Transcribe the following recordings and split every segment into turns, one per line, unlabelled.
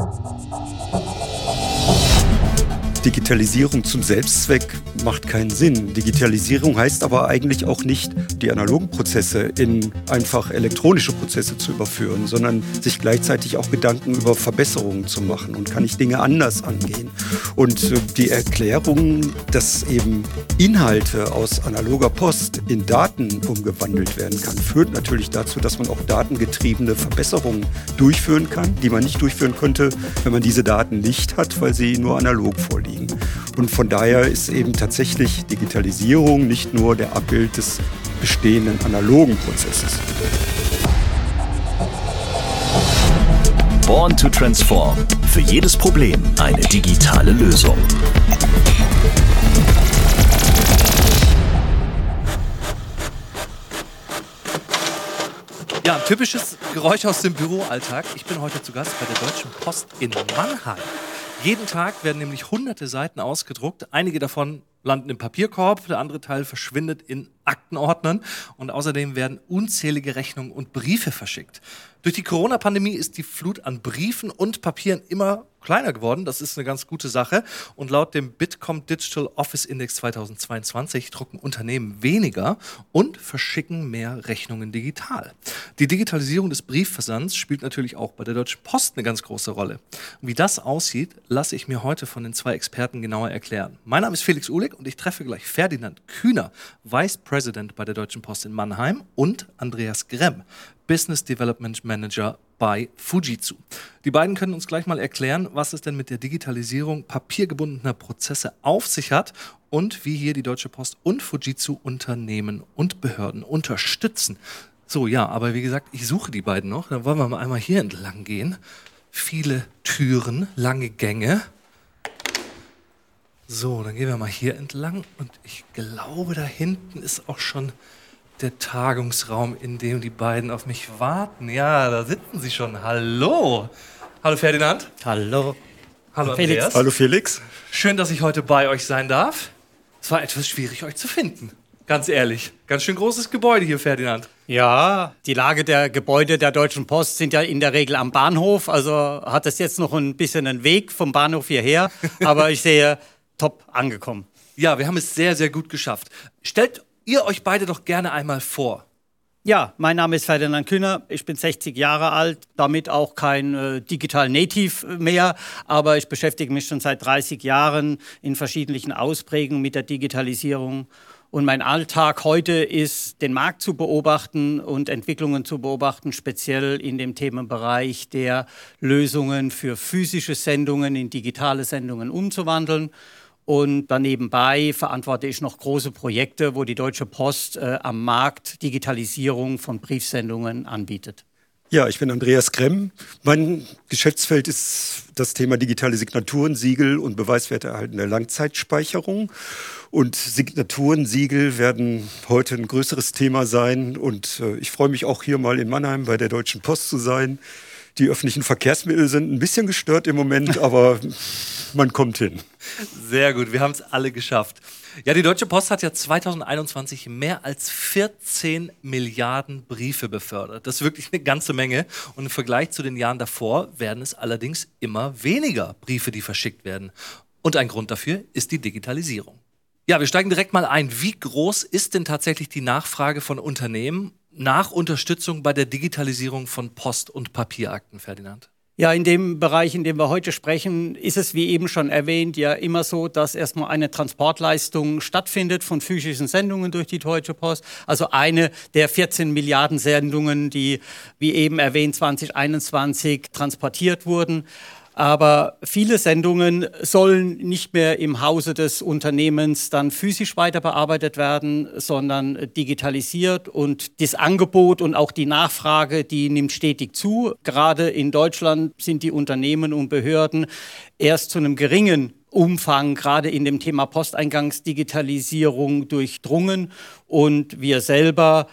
Digitalisierung zum Selbstzweck macht keinen Sinn. Digitalisierung heißt aber eigentlich auch nicht, die analogen Prozesse in einfach elektronische Prozesse zu überführen, sondern sich gleichzeitig auch Gedanken über Verbesserungen zu machen und kann ich Dinge anders angehen. Und die Erklärung, dass eben Inhalte aus analoger Post in Daten umgewandelt werden kann, führt natürlich dazu, dass man auch datengetriebene Verbesserungen durchführen kann, die man nicht durchführen könnte, wenn man diese Daten nicht hat, weil sie nur analog vorliegen. Und von daher ist eben tatsächlich Digitalisierung nicht nur der Abbild des bestehenden analogen Prozesses.
Born to Transform. Für jedes Problem eine digitale Lösung.
Ja, ein typisches Geräusch aus dem Büroalltag. Ich bin heute zu Gast bei der Deutschen Post in Mannheim. Jeden Tag werden nämlich hunderte Seiten ausgedruckt. Einige davon landen im Papierkorb, der andere Teil verschwindet in Aktenordnern. Und außerdem werden unzählige Rechnungen und Briefe verschickt. Durch die Corona-Pandemie ist die Flut an Briefen und Papieren immer kleiner geworden. Das ist eine ganz gute Sache. Und laut dem Bitkom Digital Office Index 2022 drucken Unternehmen weniger und verschicken mehr Rechnungen digital. Die Digitalisierung des Briefversands spielt natürlich auch bei der Deutschen Post eine ganz große Rolle. Und wie das aussieht, lasse ich mir heute von den zwei Experten genauer erklären. Mein Name ist Felix Uhlig und ich treffe gleich Ferdinand Kühner, Vice President bei der Deutschen Post in Mannheim, und Andreas Gremm, Business Development Manager bei Fujitsu. Die beiden können uns gleich mal erklären, was es denn mit der Digitalisierung papiergebundener Prozesse auf sich hat und wie hier die Deutsche Post und Fujitsu Unternehmen und Behörden unterstützen. So, ja, aber wie gesagt, ich suche die beiden noch. Dann wollen wir mal einmal hier entlang gehen. Viele Türen, lange Gänge. So, dann gehen wir mal hier entlang und ich glaube, da hinten ist auch schon der Tagungsraum, in dem die beiden auf mich warten. Ja, da sitzen sie schon. Hallo. Hallo Ferdinand.
Hallo.
Hallo
Felix.
Andreas.
Hallo Felix.
Schön, dass ich heute bei euch sein darf. Es war etwas schwierig, euch zu finden. Ganz ehrlich. Ganz schön großes Gebäude hier, Ferdinand.
Ja, die Lage der Gebäude der Deutschen Post sind ja in der Regel am Bahnhof. Also hat es jetzt noch ein bisschen einen Weg vom Bahnhof hierher. Aber ich sehe, top angekommen.
Ja, wir haben es sehr, sehr gut geschafft. Stellt ihr euch beide doch gerne einmal vor.
Ja, mein Name ist Ferdinand Kühner, ich bin 60 Jahre alt, damit auch kein Digital Native mehr, aber ich beschäftige mich schon seit 30 Jahren in verschiedenen Ausprägungen mit der Digitalisierung. Und mein Alltag heute ist, den Markt zu beobachten und Entwicklungen zu beobachten, speziell in dem Themenbereich der Lösungen für physische Sendungen in digitale Sendungen umzuwandeln. Und danebenbei verantworte ich noch große Projekte, wo die Deutsche Post am Markt Digitalisierung von Briefsendungen anbietet.
Ja, ich bin Andreas Gremm. Mein Geschäftsfeld ist das Thema digitale Signaturen, Siegel und Beweiswerte erhaltene Langzeitspeicherung. Und Signaturen, Siegel werden heute ein größeres Thema sein. Und ich freue mich auch hier mal in Mannheim bei der Deutschen Post zu sein. Die öffentlichen Verkehrsmittel sind ein bisschen gestört im Moment, aber man kommt hin.
Sehr gut, wir haben es alle geschafft. Ja, die Deutsche Post hat ja 2021 mehr als 14 Milliarden Briefe befördert. Das ist wirklich eine ganze Menge. Und im Vergleich zu den Jahren davor werden es allerdings immer weniger Briefe, die verschickt werden. Und ein Grund dafür ist die Digitalisierung. Ja, wir steigen direkt mal ein. Wie groß ist denn tatsächlich die Nachfrage von Unternehmen nach Unterstützung bei der Digitalisierung von Post- und Papierakten, Ferdinand?
Ja, in dem Bereich, in dem wir heute sprechen, ist es, wie eben schon erwähnt, ja immer so, dass erstmal eine Transportleistung stattfindet von physischen Sendungen durch die Deutsche Post. Also eine der 14 Milliarden Sendungen, die, wie eben erwähnt, 2021 transportiert wurden. Aber viele Sendungen sollen nicht mehr im Hause des Unternehmens dann physisch weiter bearbeitet werden, sondern digitalisiert. Und das Angebot und auch die Nachfrage, die nimmt stetig zu. Gerade in Deutschland sind die Unternehmen und Behörden erst zu einem geringen Umfang gerade in dem Thema Posteingangsdigitalisierung durchdrungen. Und wir selber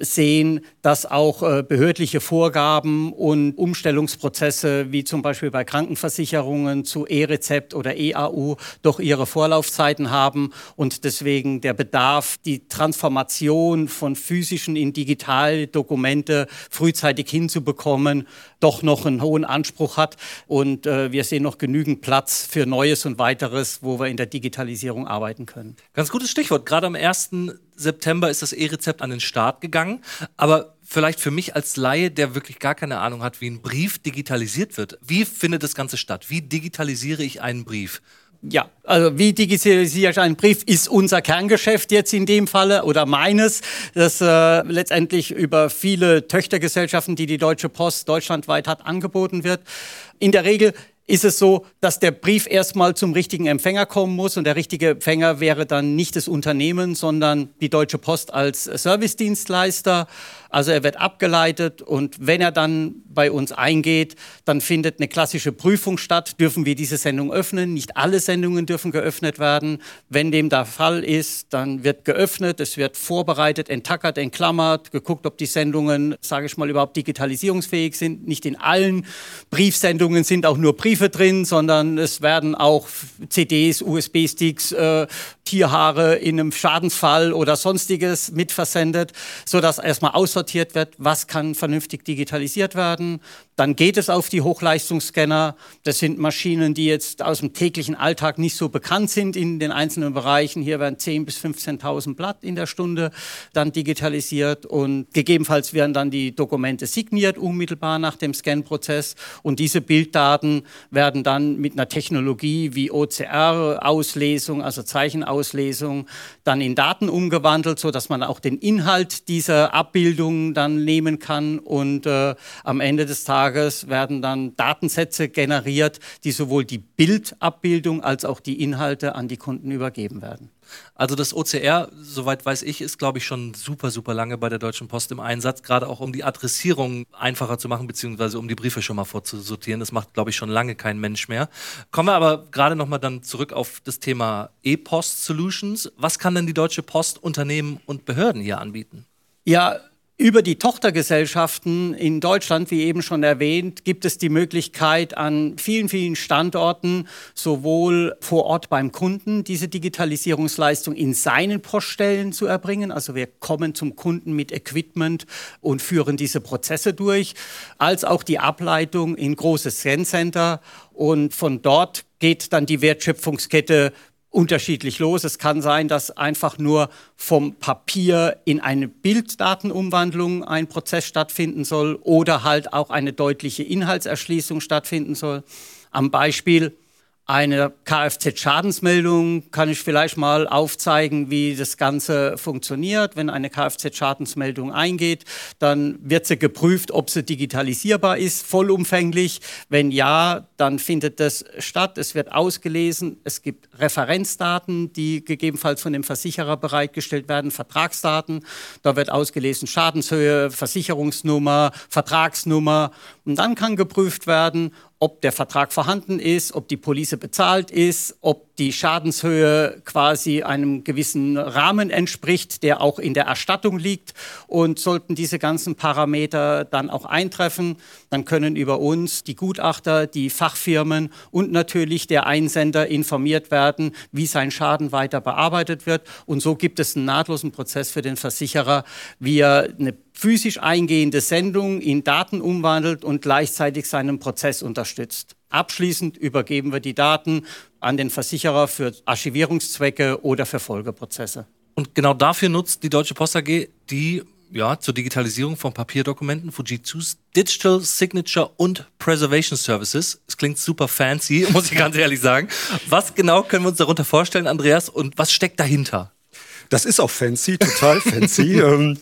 sehen, dass auch behördliche Vorgaben und Umstellungsprozesse, wie zum Beispiel bei Krankenversicherungen zu E-Rezept oder EAU, doch ihre Vorlaufzeiten haben und deswegen der Bedarf, die Transformation von physischen in digitale Dokumente frühzeitig hinzubekommen, doch noch einen hohen Anspruch hat. Und wir sehen noch genügend Platz für Neues und Weiteres, wo wir in der Digitalisierung arbeiten können.
Ganz gutes Stichwort. Gerade am 1. September ist das E-Rezept an den Start gegangen. Aber vielleicht für mich als Laie, der wirklich gar keine Ahnung hat, wie ein Brief digitalisiert wird. Wie findet das Ganze statt? Wie digitalisiere ich einen Brief?
Ja, also wie digitalisiere ich einen Brief, ist unser Kerngeschäft jetzt in dem Falle oder meines, das letztendlich über viele Töchtergesellschaften, die die Deutsche Post deutschlandweit hat, angeboten wird. In der Regel ist es so, dass der Brief erstmal zum richtigen Empfänger kommen muss und der richtige Empfänger wäre dann nicht das Unternehmen, sondern die Deutsche Post als Servicedienstleister. Also er wird abgeleitet und wenn er dann bei uns eingeht, dann findet eine klassische Prüfung statt. Dürfen wir diese Sendung öffnen? Nicht alle Sendungen dürfen geöffnet werden. Wenn dem der Fall ist, dann wird geöffnet, es wird vorbereitet, enttackert, entklammert, geguckt, ob die Sendungen, sage ich mal, überhaupt digitalisierungsfähig sind. Nicht in allen Briefsendungen sind auch nur Briefe drin, sondern es werden auch CDs, USB-Sticks, Tierhaare in einem Schadensfall oder sonstiges mitversendet, sodass erstmal aussortiert wird, was kann vernünftig digitalisiert werden. Dann geht es auf die Hochleistungsscanner. Das sind Maschinen, die jetzt aus dem täglichen Alltag nicht so bekannt sind in den einzelnen Bereichen. Hier werden 10.000 bis 15.000 Blatt in der Stunde dann digitalisiert und gegebenenfalls werden dann die Dokumente signiert, unmittelbar nach dem Scan-Prozess. Und diese Bilddaten werden dann mit einer Technologie wie OCR-Auslesung, also Zeichenauslesung, dann in Daten umgewandelt, sodass man auch den Inhalt dieser Abbildungen dann nehmen kann und am Ende des Tages werden dann Datensätze generiert, die sowohl die Bildabbildung als auch die Inhalte an die Kunden übergeben werden.
Also das OCR, soweit weiß ich, ist, glaube ich, schon super, super lange bei der Deutschen Post im Einsatz, gerade auch um die Adressierung einfacher zu machen, beziehungsweise um die Briefe schon mal vorzusortieren. Das macht, glaube ich, schon lange kein Mensch mehr. Kommen wir aber gerade nochmal dann zurück auf das Thema E-Post-Solutions. Was kann denn die Deutsche Post Unternehmen und Behörden hier anbieten?
Ja, über die Tochtergesellschaften in Deutschland, wie eben schon erwähnt, gibt es die Möglichkeit, an vielen, vielen Standorten sowohl vor Ort beim Kunden diese Digitalisierungsleistung in seinen Poststellen zu erbringen. Also wir kommen zum Kunden mit Equipment und führen diese Prozesse durch, als auch die Ableitung in große Scan-Center. Und von dort geht dann die Wertschöpfungskette unterschiedlich los. Es kann sein, dass einfach nur vom Papier in eine Bilddatenumwandlung ein Prozess stattfinden soll oder halt auch eine deutliche Inhaltserschließung stattfinden soll. Am Beispiel einer Kfz-Schadensmeldung kann ich vielleicht mal aufzeigen, wie das Ganze funktioniert. Wenn eine Kfz-Schadensmeldung eingeht, dann wird sie geprüft, ob sie digitalisierbar ist, vollumfänglich. Wenn ja, dann findet das statt. Es wird ausgelesen. Es gibt Referenzdaten, die gegebenenfalls von dem Versicherer bereitgestellt werden, Vertragsdaten. Da wird ausgelesen Schadenshöhe, Versicherungsnummer, Vertragsnummer. Und dann kann geprüft werden, ob der Vertrag vorhanden ist, ob die Police bezahlt ist, ob die Schadenshöhe quasi einem gewissen Rahmen entspricht, der auch in der Erstattung liegt. Und sollten diese ganzen Parameter dann auch eintreffen, dann können über uns die Gutachter, die Fachfirmen und natürlich der Einsender informiert werden, wie sein Schaden weiter bearbeitet wird. Und so gibt es einen nahtlosen Prozess für den Versicherer, wie er eine physisch eingehende Sendung in Daten umwandelt und gleichzeitig seinen Prozess unterstützt. Abschließend übergeben wir die Daten an den Versicherer für Archivierungszwecke oder für Folgeprozesse.
Und genau dafür nutzt die Deutsche Post AG die zur Digitalisierung von Papierdokumenten Fujitsu's Digital Signature und Preservation Services. Es klingt super fancy, muss ich ganz ehrlich sagen. Was genau können wir uns darunter vorstellen, Andreas, und was steckt dahinter?
Das ist auch fancy, total fancy.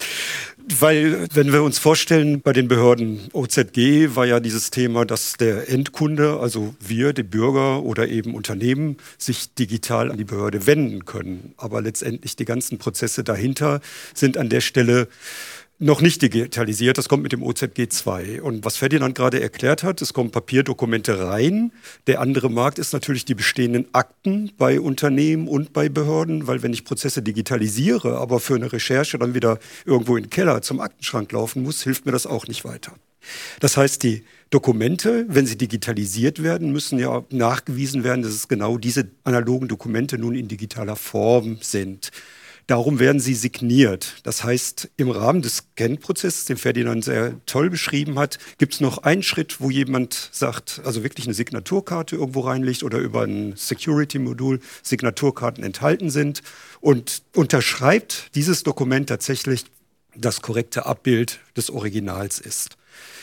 Weil, wenn wir uns vorstellen, bei den Behörden OZG war ja dieses Thema, dass der Endkunde, also wir, die Bürger oder eben Unternehmen, sich digital an die Behörde wenden können. Aber letztendlich die ganzen Prozesse dahinter sind an der Stelle noch nicht digitalisiert, das kommt mit dem OZG 2. Und was Ferdinand gerade erklärt hat, es kommen Papierdokumente rein. Der andere Markt ist natürlich die bestehenden Akten bei Unternehmen und bei Behörden, weil wenn ich Prozesse digitalisiere, aber für eine Recherche dann wieder irgendwo in den Keller zum Aktenschrank laufen muss, hilft mir das auch nicht weiter. Das heißt, die Dokumente, wenn sie digitalisiert werden, müssen ja nachgewiesen werden, dass es genau diese analogen Dokumente nun in digitaler Form sind. Darum werden sie signiert. Das heißt, im Rahmen des Scan-Prozesses, den Ferdinand sehr toll beschrieben hat, gibt es noch einen Schritt, wo jemand sagt, also wirklich eine Signaturkarte irgendwo reinlegt oder über ein Security-Modul Signaturkarten enthalten sind und unterschreibt dieses Dokument tatsächlich das korrekte Abbild des Originals ist.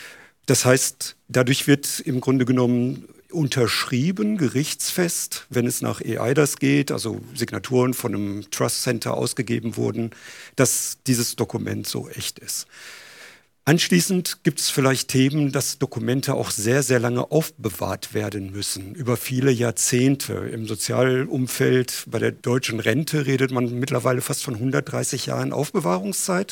Das heißt, dadurch wird im Grunde genommen unterschrieben, gerichtsfest, wenn es nach EIDAS geht, also Signaturen von einem Trust Center ausgegeben wurden, dass dieses Dokument so echt ist. Anschließend gibt es vielleicht Themen, dass Dokumente auch sehr, sehr lange aufbewahrt werden müssen, über viele Jahrzehnte. Im Sozialumfeld, bei der deutschen Rente redet man mittlerweile fast von 130 Jahren Aufbewahrungszeit.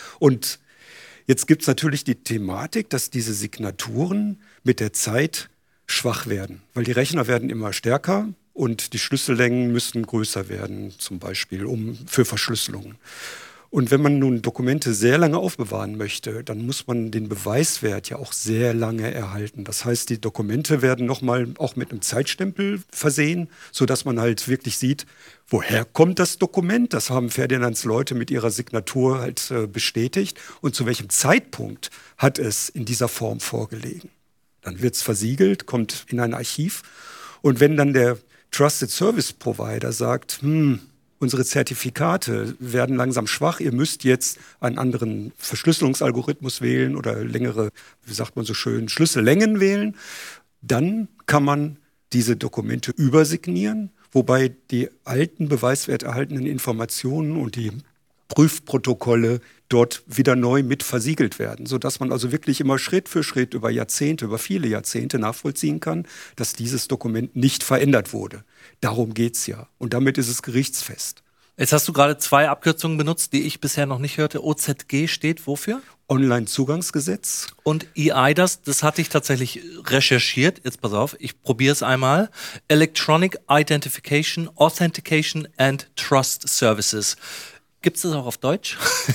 Und jetzt gibt es natürlich die Thematik, dass diese Signaturen mit der Zeit schwach werden, weil die Rechner werden immer stärker und die Schlüssellängen müssen größer werden, zum Beispiel für Verschlüsselung. Und wenn man nun Dokumente sehr lange aufbewahren möchte, dann muss man den Beweiswert ja auch sehr lange erhalten. Das heißt, die Dokumente werden nochmal auch mit einem Zeitstempel versehen, sodass man halt wirklich sieht, woher kommt das Dokument? Das haben Ferdinands Leute mit ihrer Signatur halt bestätigt. Und zu welchem Zeitpunkt hat es in dieser Form vorgelegen? Dann wird es versiegelt, kommt in ein Archiv. Und wenn dann der Trusted Service Provider sagt, unsere Zertifikate werden langsam schwach, ihr müsst jetzt einen anderen Verschlüsselungsalgorithmus wählen oder längere, wie sagt man so schön, Schlüssellängen wählen, dann kann man diese Dokumente übersignieren, wobei die alten beweiswerterhaltenen Informationen und die Prüfprotokolle dort wieder neu mit versiegelt werden, sodass man also wirklich immer Schritt für Schritt über Jahrzehnte, über viele Jahrzehnte nachvollziehen kann, dass dieses Dokument nicht verändert wurde. Darum geht's ja. Und damit ist es gerichtsfest.
Jetzt hast du gerade 2 Abkürzungen benutzt, die ich bisher noch nicht hörte. OZG steht wofür?
Online-Zugangsgesetz.
Und EIDAS, das hatte ich tatsächlich recherchiert. Jetzt pass auf, ich probiere es einmal. Electronic Identification, Authentication and Trust Services. Gibt es das auch auf Deutsch?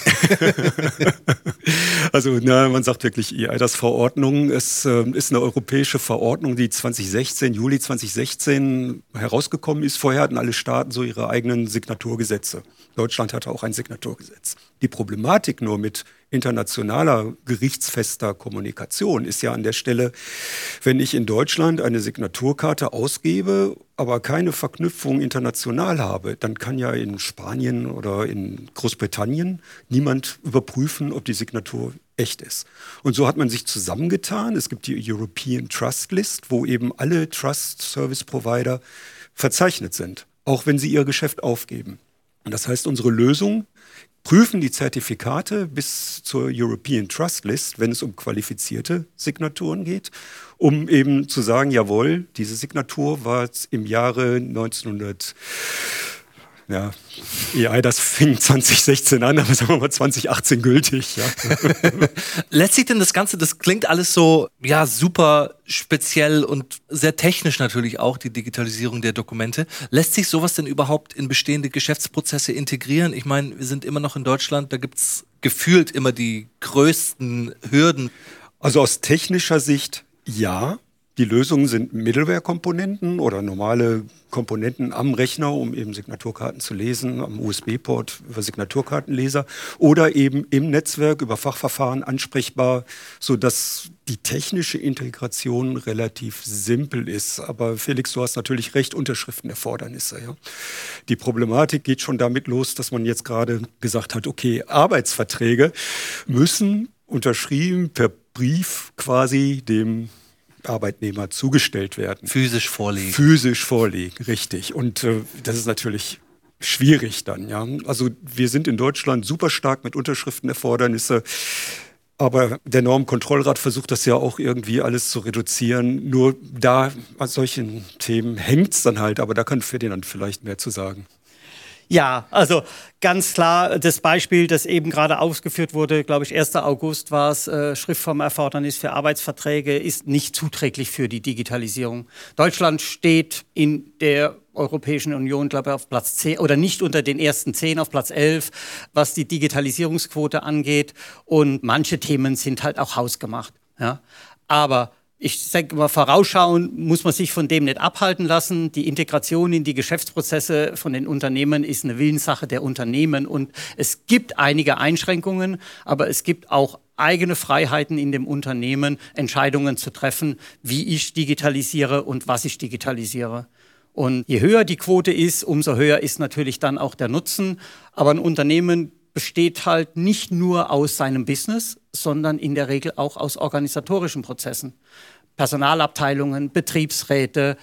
Also man sagt wirklich EIDAS-Verordnung. Es ist eine europäische Verordnung, die Juli 2016 herausgekommen ist. Vorher hatten alle Staaten so ihre eigenen Signaturgesetze. Deutschland hatte auch ein Signaturgesetz. Die Problematik nur mit internationaler, gerichtsfester Kommunikation ist ja an der Stelle, wenn ich in Deutschland eine Signaturkarte ausgebe, aber keine Verknüpfung international habe, dann kann ja in Spanien oder in Großbritannien niemand überprüfen, ob die Signatur echt ist. Und so hat man sich zusammengetan. Es gibt die European Trust List, wo eben alle Trust Service Provider verzeichnet sind, auch wenn sie ihr Geschäft aufgeben. Und das heißt, unsere Lösung prüfen die Zertifikate bis zur European Trust List, wenn es um qualifizierte Signaturen geht, um eben zu sagen, jawohl, diese Signatur war im Jahre 1900, das fing 2016 an, aber sagen wir mal 2018 gültig. Ja.
Letztlich denn das Ganze, das klingt alles so, super speziell und sehr technisch natürlich auch, die Digitalisierung der Dokumente. Lässt sich sowas denn überhaupt in bestehende Geschäftsprozesse integrieren? Ich meine, wir sind immer noch in Deutschland, da gibt's gefühlt immer die größten Hürden.
Also aus technischer Sicht ja. Die Lösungen sind Middleware-Komponenten oder normale Komponenten am Rechner, um eben Signaturkarten zu lesen, am USB-Port über Signaturkartenleser oder eben im Netzwerk über Fachverfahren ansprechbar, sodass die technische Integration relativ simpel ist. Aber Felix, du hast natürlich recht, Unterschriftenerfordernisse. Ja. Die Problematik geht schon damit los, dass man jetzt gerade gesagt hat, okay, Arbeitsverträge müssen unterschrieben per Brief quasi dem Arbeitnehmer zugestellt werden.
Physisch vorlegen.
Physisch vorlegen, richtig. Und das ist natürlich schwierig dann. Ja. Also wir sind in Deutschland super stark mit Unterschriftenerfordernisse. Aber der Normkontrollrat versucht das ja auch irgendwie alles zu reduzieren. Nur da an solchen Themen hängt es dann halt. Aber da kann Ferdinand vielleicht mehr zu sagen.
Ja, also ganz klar, das Beispiel, das eben gerade ausgeführt wurde, glaube ich, 1. August war es, Schriftformerfordernis für Arbeitsverträge ist nicht zuträglich für die Digitalisierung. Deutschland steht in der Europäischen Union, glaube ich, auf Platz 10 oder nicht unter den ersten 10, auf Platz 11, was die Digitalisierungsquote angeht. Und manche Themen sind halt auch hausgemacht. Ja. Aber ich denke mal, vorausschauend muss man sich von dem nicht abhalten lassen. Die Integration in die Geschäftsprozesse von den Unternehmen ist eine Willenssache der Unternehmen. Und es gibt einige Einschränkungen, aber es gibt auch eigene Freiheiten in dem Unternehmen, Entscheidungen zu treffen, wie ich digitalisiere und was ich digitalisiere. Und je höher die Quote ist, umso höher ist natürlich dann auch der Nutzen. Aber ein Unternehmen besteht halt nicht nur aus seinem Business, sondern in der Regel auch aus organisatorischen Prozessen. Personalabteilungen, Betriebsräte,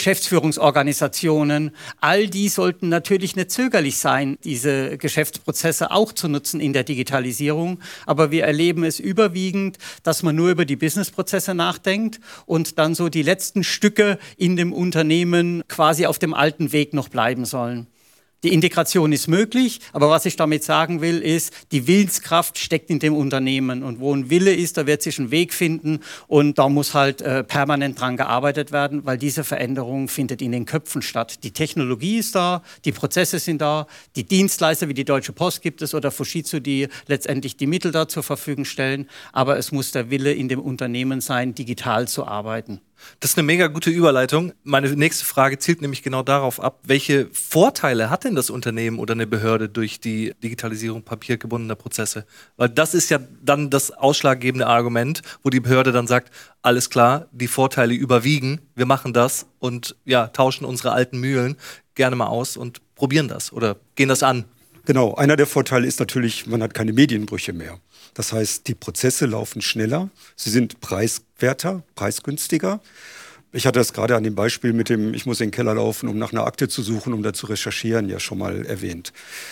Geschäftsführungsorganisationen, all die sollten natürlich nicht zögerlich sein, diese Geschäftsprozesse auch zu nutzen in der Digitalisierung. Aber wir erleben es überwiegend, dass man nur über die Businessprozesse nachdenkt und dann so die letzten Stücke in dem Unternehmen quasi auf dem alten Weg noch bleiben sollen. Die Integration ist möglich, aber was ich damit sagen will, ist, die Willenskraft steckt in dem Unternehmen. Und wo ein Wille ist, da wird sich ein Weg finden und da muss halt permanent dran gearbeitet werden, weil diese Veränderung findet in den Köpfen statt. Die Technologie ist da, die Prozesse sind da, die Dienstleister wie die Deutsche Post gibt es oder Fujitsu, die letztendlich die Mittel da zur Verfügung stellen. Aber es muss der Wille in dem Unternehmen sein, digital zu arbeiten.
Das ist eine mega gute Überleitung. Meine nächste Frage zielt nämlich genau darauf ab, welche Vorteile hat denn das Unternehmen oder eine Behörde durch die Digitalisierung papiergebundener Prozesse? Weil das ist ja dann das ausschlaggebende Argument, wo die Behörde dann sagt, alles klar, die Vorteile überwiegen, wir machen das und ja, tauschen unsere alten Mühlen gerne mal aus und probieren das oder gehen das an.
Genau, einer der Vorteile ist natürlich, man hat keine Medienbrüche mehr. Das heißt, die Prozesse laufen schneller, sie sind preiswerter, preisgünstiger. Ich hatte das gerade an dem Beispiel mit dem, ich muss in den Keller laufen, um nach einer Akte zu suchen, um da zu recherchieren, ja schon mal erwähnt.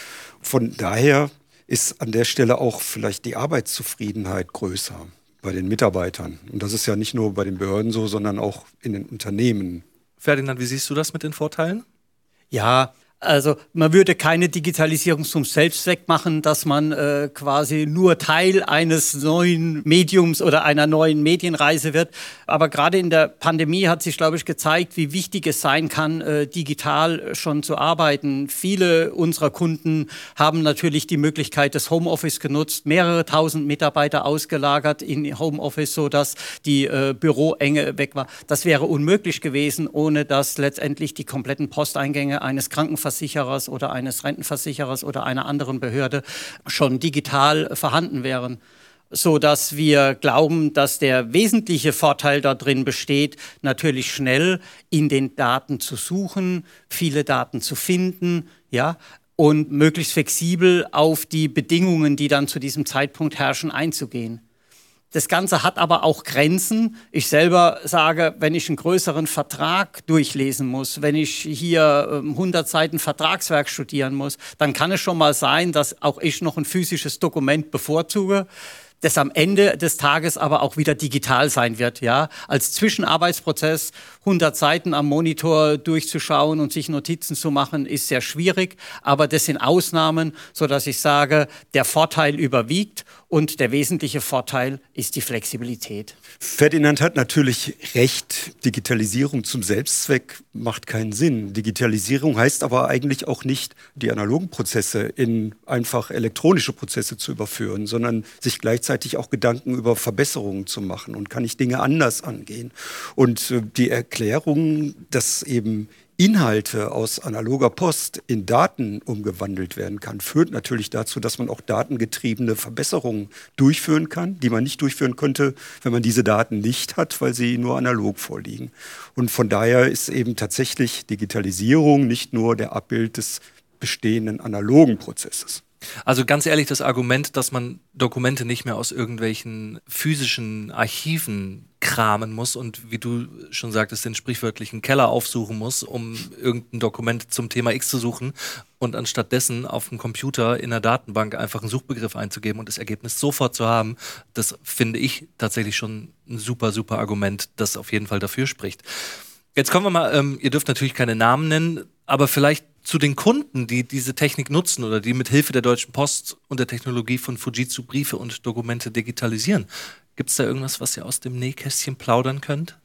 Von daher ist an der Stelle auch vielleicht die Arbeitszufriedenheit größer bei den Mitarbeitern. Und das ist ja nicht nur bei den Behörden so, sondern auch in den Unternehmen.
Ferdinand, wie siehst du das mit den Vorteilen?
Ja, also man würde keine Digitalisierung zum Selbstzweck machen, dass man quasi nur Teil eines neuen Mediums oder einer neuen Medienreise wird. Aber gerade in der Pandemie hat sich, glaube ich, gezeigt, wie wichtig es sein kann, digital schon zu arbeiten. Viele unserer Kunden haben natürlich die Möglichkeit des Homeoffice genutzt, mehrere tausend Mitarbeiter ausgelagert in Homeoffice, sodass die Büroenge weg war. Das wäre unmöglich gewesen, ohne dass letztendlich die kompletten Posteingänge eines Krankenversicherers oder eines Rentenversicherers oder einer anderen Behörde schon digital vorhanden wären, so dass wir glauben, dass der wesentliche Vorteil darin besteht, natürlich schnell in den Daten zu suchen, viele Daten zu finden, ja, und möglichst flexibel auf die Bedingungen, die dann zu diesem Zeitpunkt herrschen, einzugehen. Das Ganze hat aber auch Grenzen. Ich selber sage, wenn ich einen größeren Vertrag durchlesen muss, wenn ich hier 100 Seiten Vertragswerk studieren muss, dann kann es schon mal sein, dass auch ich noch ein physisches Dokument bevorzuge, das am Ende des Tages aber auch wieder digital sein wird. Ja? Als Zwischenarbeitsprozess 100 Seiten am Monitor durchzuschauen und sich Notizen zu machen, ist sehr schwierig. Aber das sind Ausnahmen, sodass ich sage, der Vorteil überwiegt und der wesentliche Vorteil ist die Flexibilität.
Ferdinand hat natürlich recht, Digitalisierung zum Selbstzweck macht keinen Sinn. Digitalisierung heißt aber eigentlich auch nicht, die analogen Prozesse in einfach elektronische Prozesse zu überführen, sondern sich gleichzeitig auch Gedanken über Verbesserungen zu machen und kann ich Dinge anders angehen. Und die Erklärung, dass eben Inhalte aus analoger Post in Daten umgewandelt werden kann, führt natürlich dazu, dass man auch datengetriebene Verbesserungen durchführen kann, die man nicht durchführen könnte, wenn man diese Daten nicht hat, weil sie nur analog vorliegen. Und von daher ist eben tatsächlich Digitalisierung nicht nur der Abbild des bestehenden analogen Prozesses.
Also ganz ehrlich, das Argument, dass man Dokumente nicht mehr aus irgendwelchen physischen Archiven kramen muss und, wie du schon sagtest, den sprichwörtlichen Keller aufsuchen muss, um irgendein Dokument zum Thema X zu suchen und anstattdessen auf dem Computer in der Datenbank einfach einen Suchbegriff einzugeben und das Ergebnis sofort zu haben, das finde ich tatsächlich schon ein super, super Argument, das auf jeden Fall dafür spricht. Jetzt kommen wir mal, ihr dürft natürlich keine Namen nennen, aber vielleicht zu den Kunden, die diese Technik nutzen oder die mit Hilfe der Deutschen Post und der Technologie von Fujitsu Briefe und Dokumente digitalisieren. Gibt es da irgendwas, was ihr aus dem Nähkästchen plaudern könnt?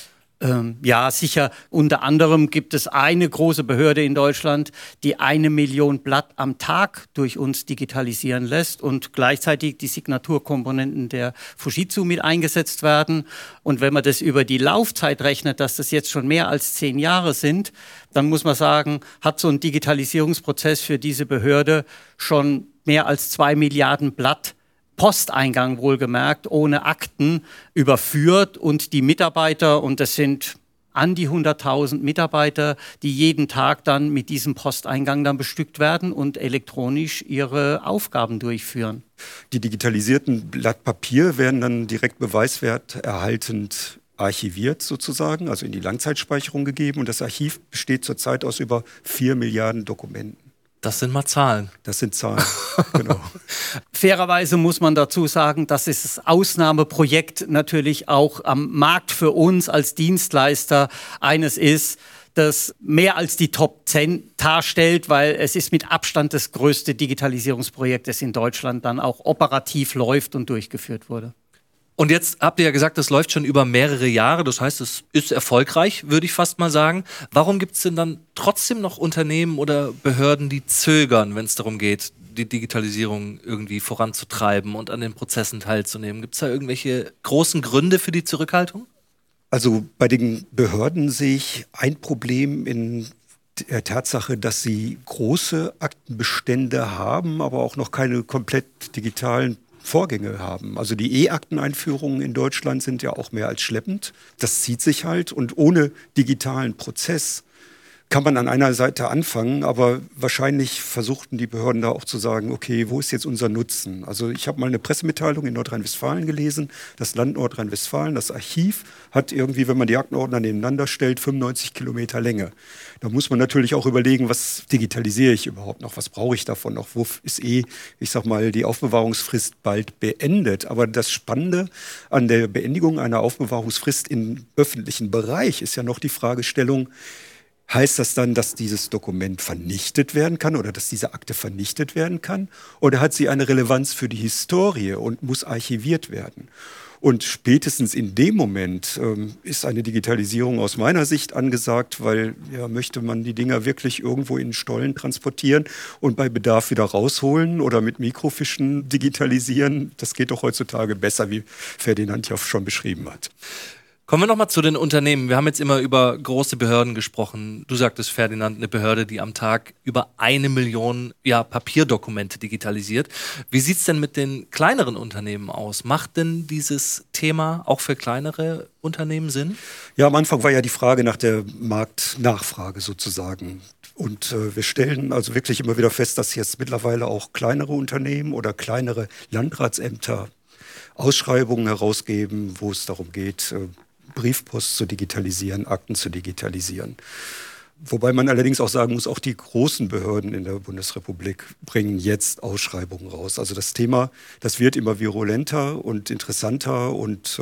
Ja, sicher. Unter anderem gibt es eine große Behörde in Deutschland, die 1 Million Blatt am Tag durch uns digitalisieren lässt und gleichzeitig die Signaturkomponenten der Fujitsu mit eingesetzt werden. Und wenn man das über die Laufzeit rechnet, dass das jetzt schon mehr als 10 Jahre sind, dann muss man sagen, hat so ein Digitalisierungsprozess für diese Behörde schon mehr als 2 Milliarden Blatt Posteingang wohlgemerkt, ohne Akten überführt und die Mitarbeiter, und das sind an die 100.000 Mitarbeiter, die jeden Tag dann mit diesem Posteingang dann bestückt werden und elektronisch ihre Aufgaben durchführen.
Die digitalisierten Blatt Papier werden dann direkt beweiswert erhaltend archiviert sozusagen, also in die Langzeitspeicherung gegeben, und das Archiv besteht zurzeit aus über 4 Milliarden Dokumenten.
Das sind mal Zahlen.
Das sind Zahlen, genau.
Fairerweise muss man dazu sagen, dass das Ausnahmeprojekt natürlich auch am Markt für uns als Dienstleister eines ist, das mehr als die Top 10 darstellt, weil es ist mit Abstand das größte Digitalisierungsprojekt, das in Deutschland dann auch operativ läuft und durchgeführt wurde.
Und jetzt habt ihr ja gesagt, das läuft schon über mehrere Jahre. Das heißt, es ist erfolgreich, würde ich fast mal sagen. Warum gibt es denn dann trotzdem noch Unternehmen oder Behörden, die zögern, wenn es darum geht, die Digitalisierung irgendwie voranzutreiben und an den Prozessen teilzunehmen? Gibt es da irgendwelche großen Gründe für die Zurückhaltung?
Also bei den Behörden sehe ich ein Problem in der Tatsache, dass sie große Aktenbestände haben, aber auch noch keine komplett digitalen Vorgänge haben. Also die E-Akteneinführungen in Deutschland sind ja auch mehr als schleppend. Das zieht sich halt, und ohne digitalen Prozess kann man an einer Seite anfangen, aber wahrscheinlich versuchten die Behörden da auch zu sagen, okay, wo ist jetzt unser Nutzen? Also ich habe mal eine Pressemitteilung in Nordrhein-Westfalen gelesen. Das Land Nordrhein-Westfalen, das Archiv, hat irgendwie, wenn man die Aktenordner nebeneinander stellt, 95 Kilometer Länge. Da muss man natürlich auch überlegen, was digitalisiere ich überhaupt noch? Was brauche ich davon noch? Wo ist ich sag mal, die Aufbewahrungsfrist bald beendet? Aber das Spannende an der Beendigung einer Aufbewahrungsfrist im öffentlichen Bereich ist ja noch die Fragestellung, heißt das dann, dass dieses Dokument vernichtet werden kann oder dass diese Akte vernichtet werden kann? Oder hat sie eine Relevanz für die Historie und muss archiviert werden? Und spätestens in dem Moment ist eine Digitalisierung aus meiner Sicht angesagt, weil ja, möchte man die Dinger wirklich irgendwo in Stollen transportieren und bei Bedarf wieder rausholen oder mit Mikrofischen digitalisieren. Das geht doch heutzutage besser, wie Ferdinand ja schon beschrieben hat.
Kommen wir nochmal zu den Unternehmen. Wir haben jetzt immer über große Behörden gesprochen. Du sagtest, Ferdinand, eine Behörde, die am Tag über 1 Million Papierdokumente digitalisiert. Wie sieht es denn mit den kleineren Unternehmen aus? Macht denn dieses Thema auch für kleinere Unternehmen Sinn?
Ja, am Anfang war ja die Frage nach der Marktnachfrage sozusagen. Und wir stellen also wirklich immer wieder fest, dass jetzt mittlerweile auch kleinere Unternehmen oder kleinere Landratsämter Ausschreibungen herausgeben, wo es darum geht, Briefpost zu digitalisieren, Akten zu digitalisieren. Wobei man allerdings auch sagen muss, auch die großen Behörden in der Bundesrepublik bringen jetzt Ausschreibungen raus. Also das Thema, das wird immer virulenter und interessanter, und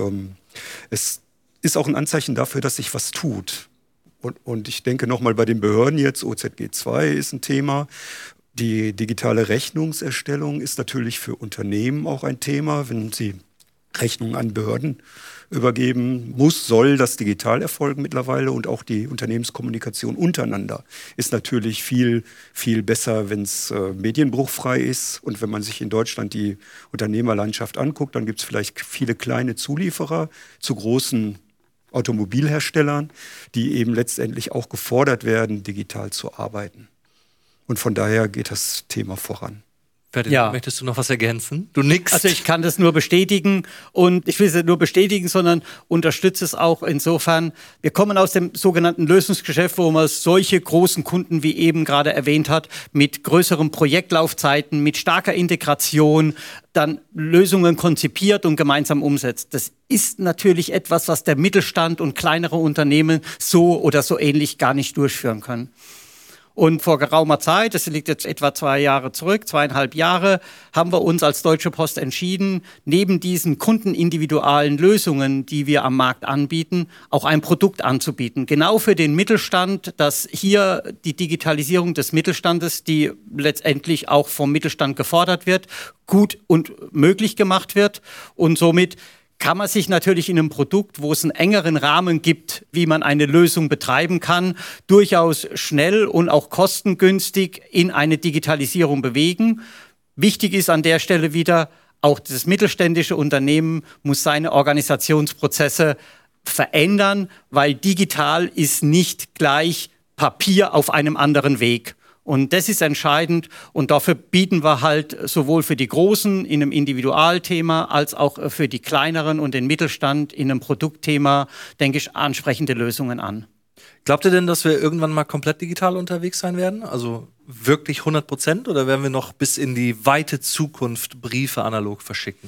es ist auch ein Anzeichen dafür, dass sich was tut. Und ich denke nochmal bei den Behörden jetzt, OZG 2 ist ein Thema. Die digitale Rechnungserstellung ist natürlich für Unternehmen auch ein Thema. Wenn sie Rechnungen an Behörden übergeben soll das digital erfolgen mittlerweile, und auch die Unternehmenskommunikation untereinander ist natürlich viel, viel besser, wenn es medienbruchfrei ist. Und wenn man sich in Deutschland die Unternehmerlandschaft anguckt, dann gibt es vielleicht viele kleine Zulieferer zu großen Automobilherstellern, die eben letztendlich auch gefordert werden, digital zu arbeiten. Und von daher geht das Thema voran.
Ferdinand, möchtest du noch was ergänzen? Du nickst.
Also ich kann das nur bestätigen, und ich will es nicht nur bestätigen, sondern unterstütze es auch insofern. Wir kommen aus dem sogenannten Lösungsgeschäft, wo man solche großen Kunden, wie eben gerade erwähnt hat, mit größeren Projektlaufzeiten, mit starker Integration dann Lösungen konzipiert und gemeinsam umsetzt. Das ist natürlich etwas, was der Mittelstand und kleinere Unternehmen so oder so ähnlich gar nicht durchführen können. Und vor geraumer Zeit, das liegt jetzt etwa 2 Jahre zurück, 2,5 Jahre, haben wir uns als Deutsche Post entschieden, neben diesen kundenindividualen Lösungen, die wir am Markt anbieten, auch ein Produkt anzubieten. Genau für den Mittelstand, dass hier die Digitalisierung des Mittelstandes, die letztendlich auch vom Mittelstand gefordert wird, gut und möglich gemacht wird. Und somit kann man sich natürlich in einem Produkt, wo es einen engeren Rahmen gibt, wie man eine Lösung betreiben kann, durchaus schnell und auch kostengünstig in eine Digitalisierung bewegen. Wichtig ist an der Stelle wieder, auch das mittelständische Unternehmen muss seine Organisationsprozesse verändern, weil digital ist nicht gleich Papier auf einem anderen Weg. Und das ist entscheidend und dafür bieten wir halt sowohl für die Großen in einem Individualthema als auch für die Kleineren und den Mittelstand in einem Produktthema, denke ich, ansprechende Lösungen an.
Glaubt ihr denn, dass wir irgendwann mal komplett digital unterwegs sein werden? Also wirklich 100% oder werden wir noch bis in die weite Zukunft Briefe analog verschicken?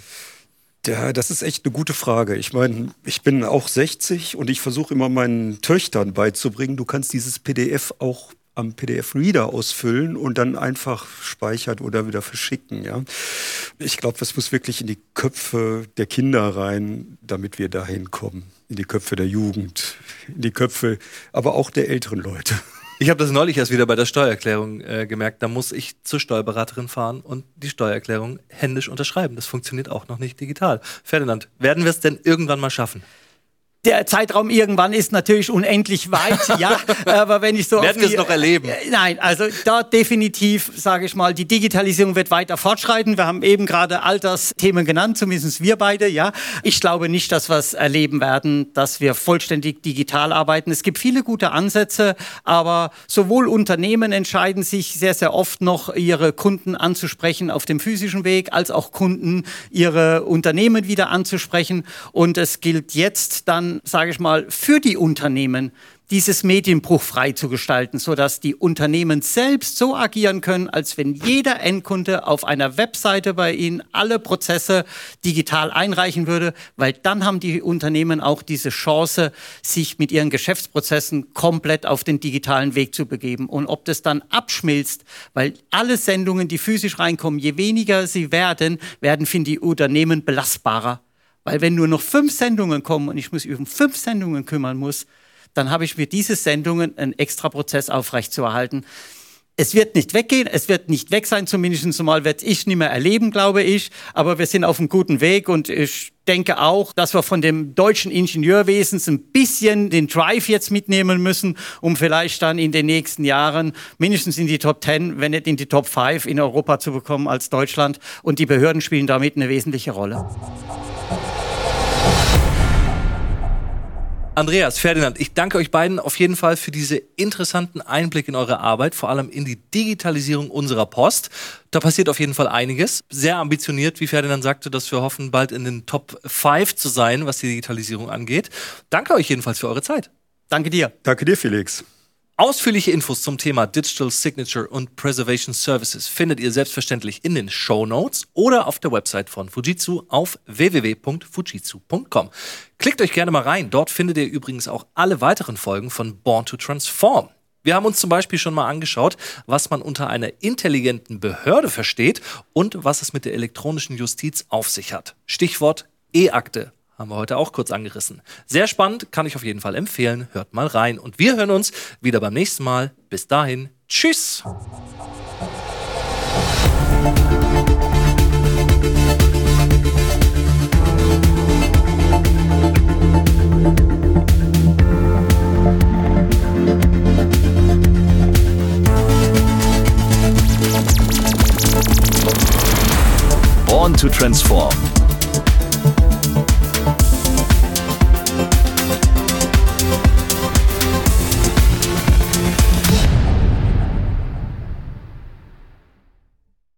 Ja, das ist echt eine gute Frage. Ich meine, ich bin auch 60 und ich versuche immer meinen Töchtern beizubringen, du kannst dieses PDF auch am PDF-Reader ausfüllen und dann einfach speichern oder wieder verschicken. Ja? Ich glaube, das muss wirklich in die Köpfe der Kinder rein, damit wir dahin kommen. In die Köpfe der Jugend, in die Köpfe, aber auch der älteren Leute.
Ich habe das neulich erst wieder bei der Steuererklärung gemerkt. Da muss ich zur Steuerberaterin fahren und die Steuererklärung händisch unterschreiben. Das funktioniert auch noch nicht digital. Ferdinand, werden wir es denn irgendwann mal schaffen?
Der Zeitraum irgendwann ist natürlich unendlich weit, ja, aber wenn ich so
werden wir es noch erleben?
Nein, also da definitiv, sage ich mal, die Digitalisierung wird weiter fortschreiten. Wir haben eben gerade Altersthemen genannt, zumindest wir beide, ja. Ich glaube nicht, dass wir es erleben werden, dass wir vollständig digital arbeiten. Es gibt viele gute Ansätze, aber sowohl Unternehmen entscheiden sich sehr, sehr oft noch, ihre Kunden anzusprechen auf dem physischen Weg, als auch Kunden ihre Unternehmen wieder anzusprechen. Und es gilt jetzt dann, sage ich mal, für die Unternehmen dieses medienbruchfrei zu gestalten, sodass die Unternehmen selbst so agieren können, als wenn jeder Endkunde auf einer Webseite bei ihnen alle Prozesse digital einreichen würde, weil dann haben die Unternehmen auch diese Chance, sich mit ihren Geschäftsprozessen komplett auf den digitalen Weg zu begeben. Und ob das dann abschmilzt, weil alle Sendungen, die physisch reinkommen, je weniger sie werden für die Unternehmen belastbarer. Weil wenn nur noch 5 Sendungen kommen und ich mich um 5 Sendungen kümmern muss, dann habe ich für diese Sendungen einen extra Prozess aufrechtzuerhalten. Es wird nicht weggehen, es wird nicht weg sein, zumindest mal werde ich nicht mehr erleben, glaube ich. Aber wir sind auf einem guten Weg und ich denke auch, dass wir von dem deutschen Ingenieurwesen ein bisschen den Drive jetzt mitnehmen müssen, um vielleicht dann in den nächsten Jahren mindestens in die Top 10, wenn nicht in die Top 5 in Europa zu bekommen als Deutschland. Und die Behörden spielen damit eine wesentliche Rolle.
Andreas, Ferdinand, ich danke euch beiden auf jeden Fall für diese interessanten Einblicke in eure Arbeit, vor allem in die Digitalisierung unserer Post. Da passiert auf jeden Fall einiges. Sehr ambitioniert, wie Ferdinand sagte, dass wir hoffen, bald in den Top 5 zu sein, was die Digitalisierung angeht. Danke euch jedenfalls für eure Zeit.
Danke dir.
Danke dir, Felix.
Ausführliche Infos zum Thema Digital Signature und Preservation Services findet ihr selbstverständlich in den Shownotes oder auf der Website von Fujitsu auf www.fujitsu.com. Klickt euch gerne mal rein. Dort findet ihr übrigens auch alle weiteren Folgen von Born to Transform. Wir haben uns zum Beispiel schon mal angeschaut, was man unter einer intelligenten Behörde versteht und was es mit der elektronischen Justiz auf sich hat. Stichwort E-Akte. Haben wir heute auch kurz angerissen. Sehr spannend, kann ich auf jeden Fall empfehlen. Hört mal rein. Und wir hören uns wieder beim nächsten Mal. Bis dahin. Tschüss.
Born to Transform.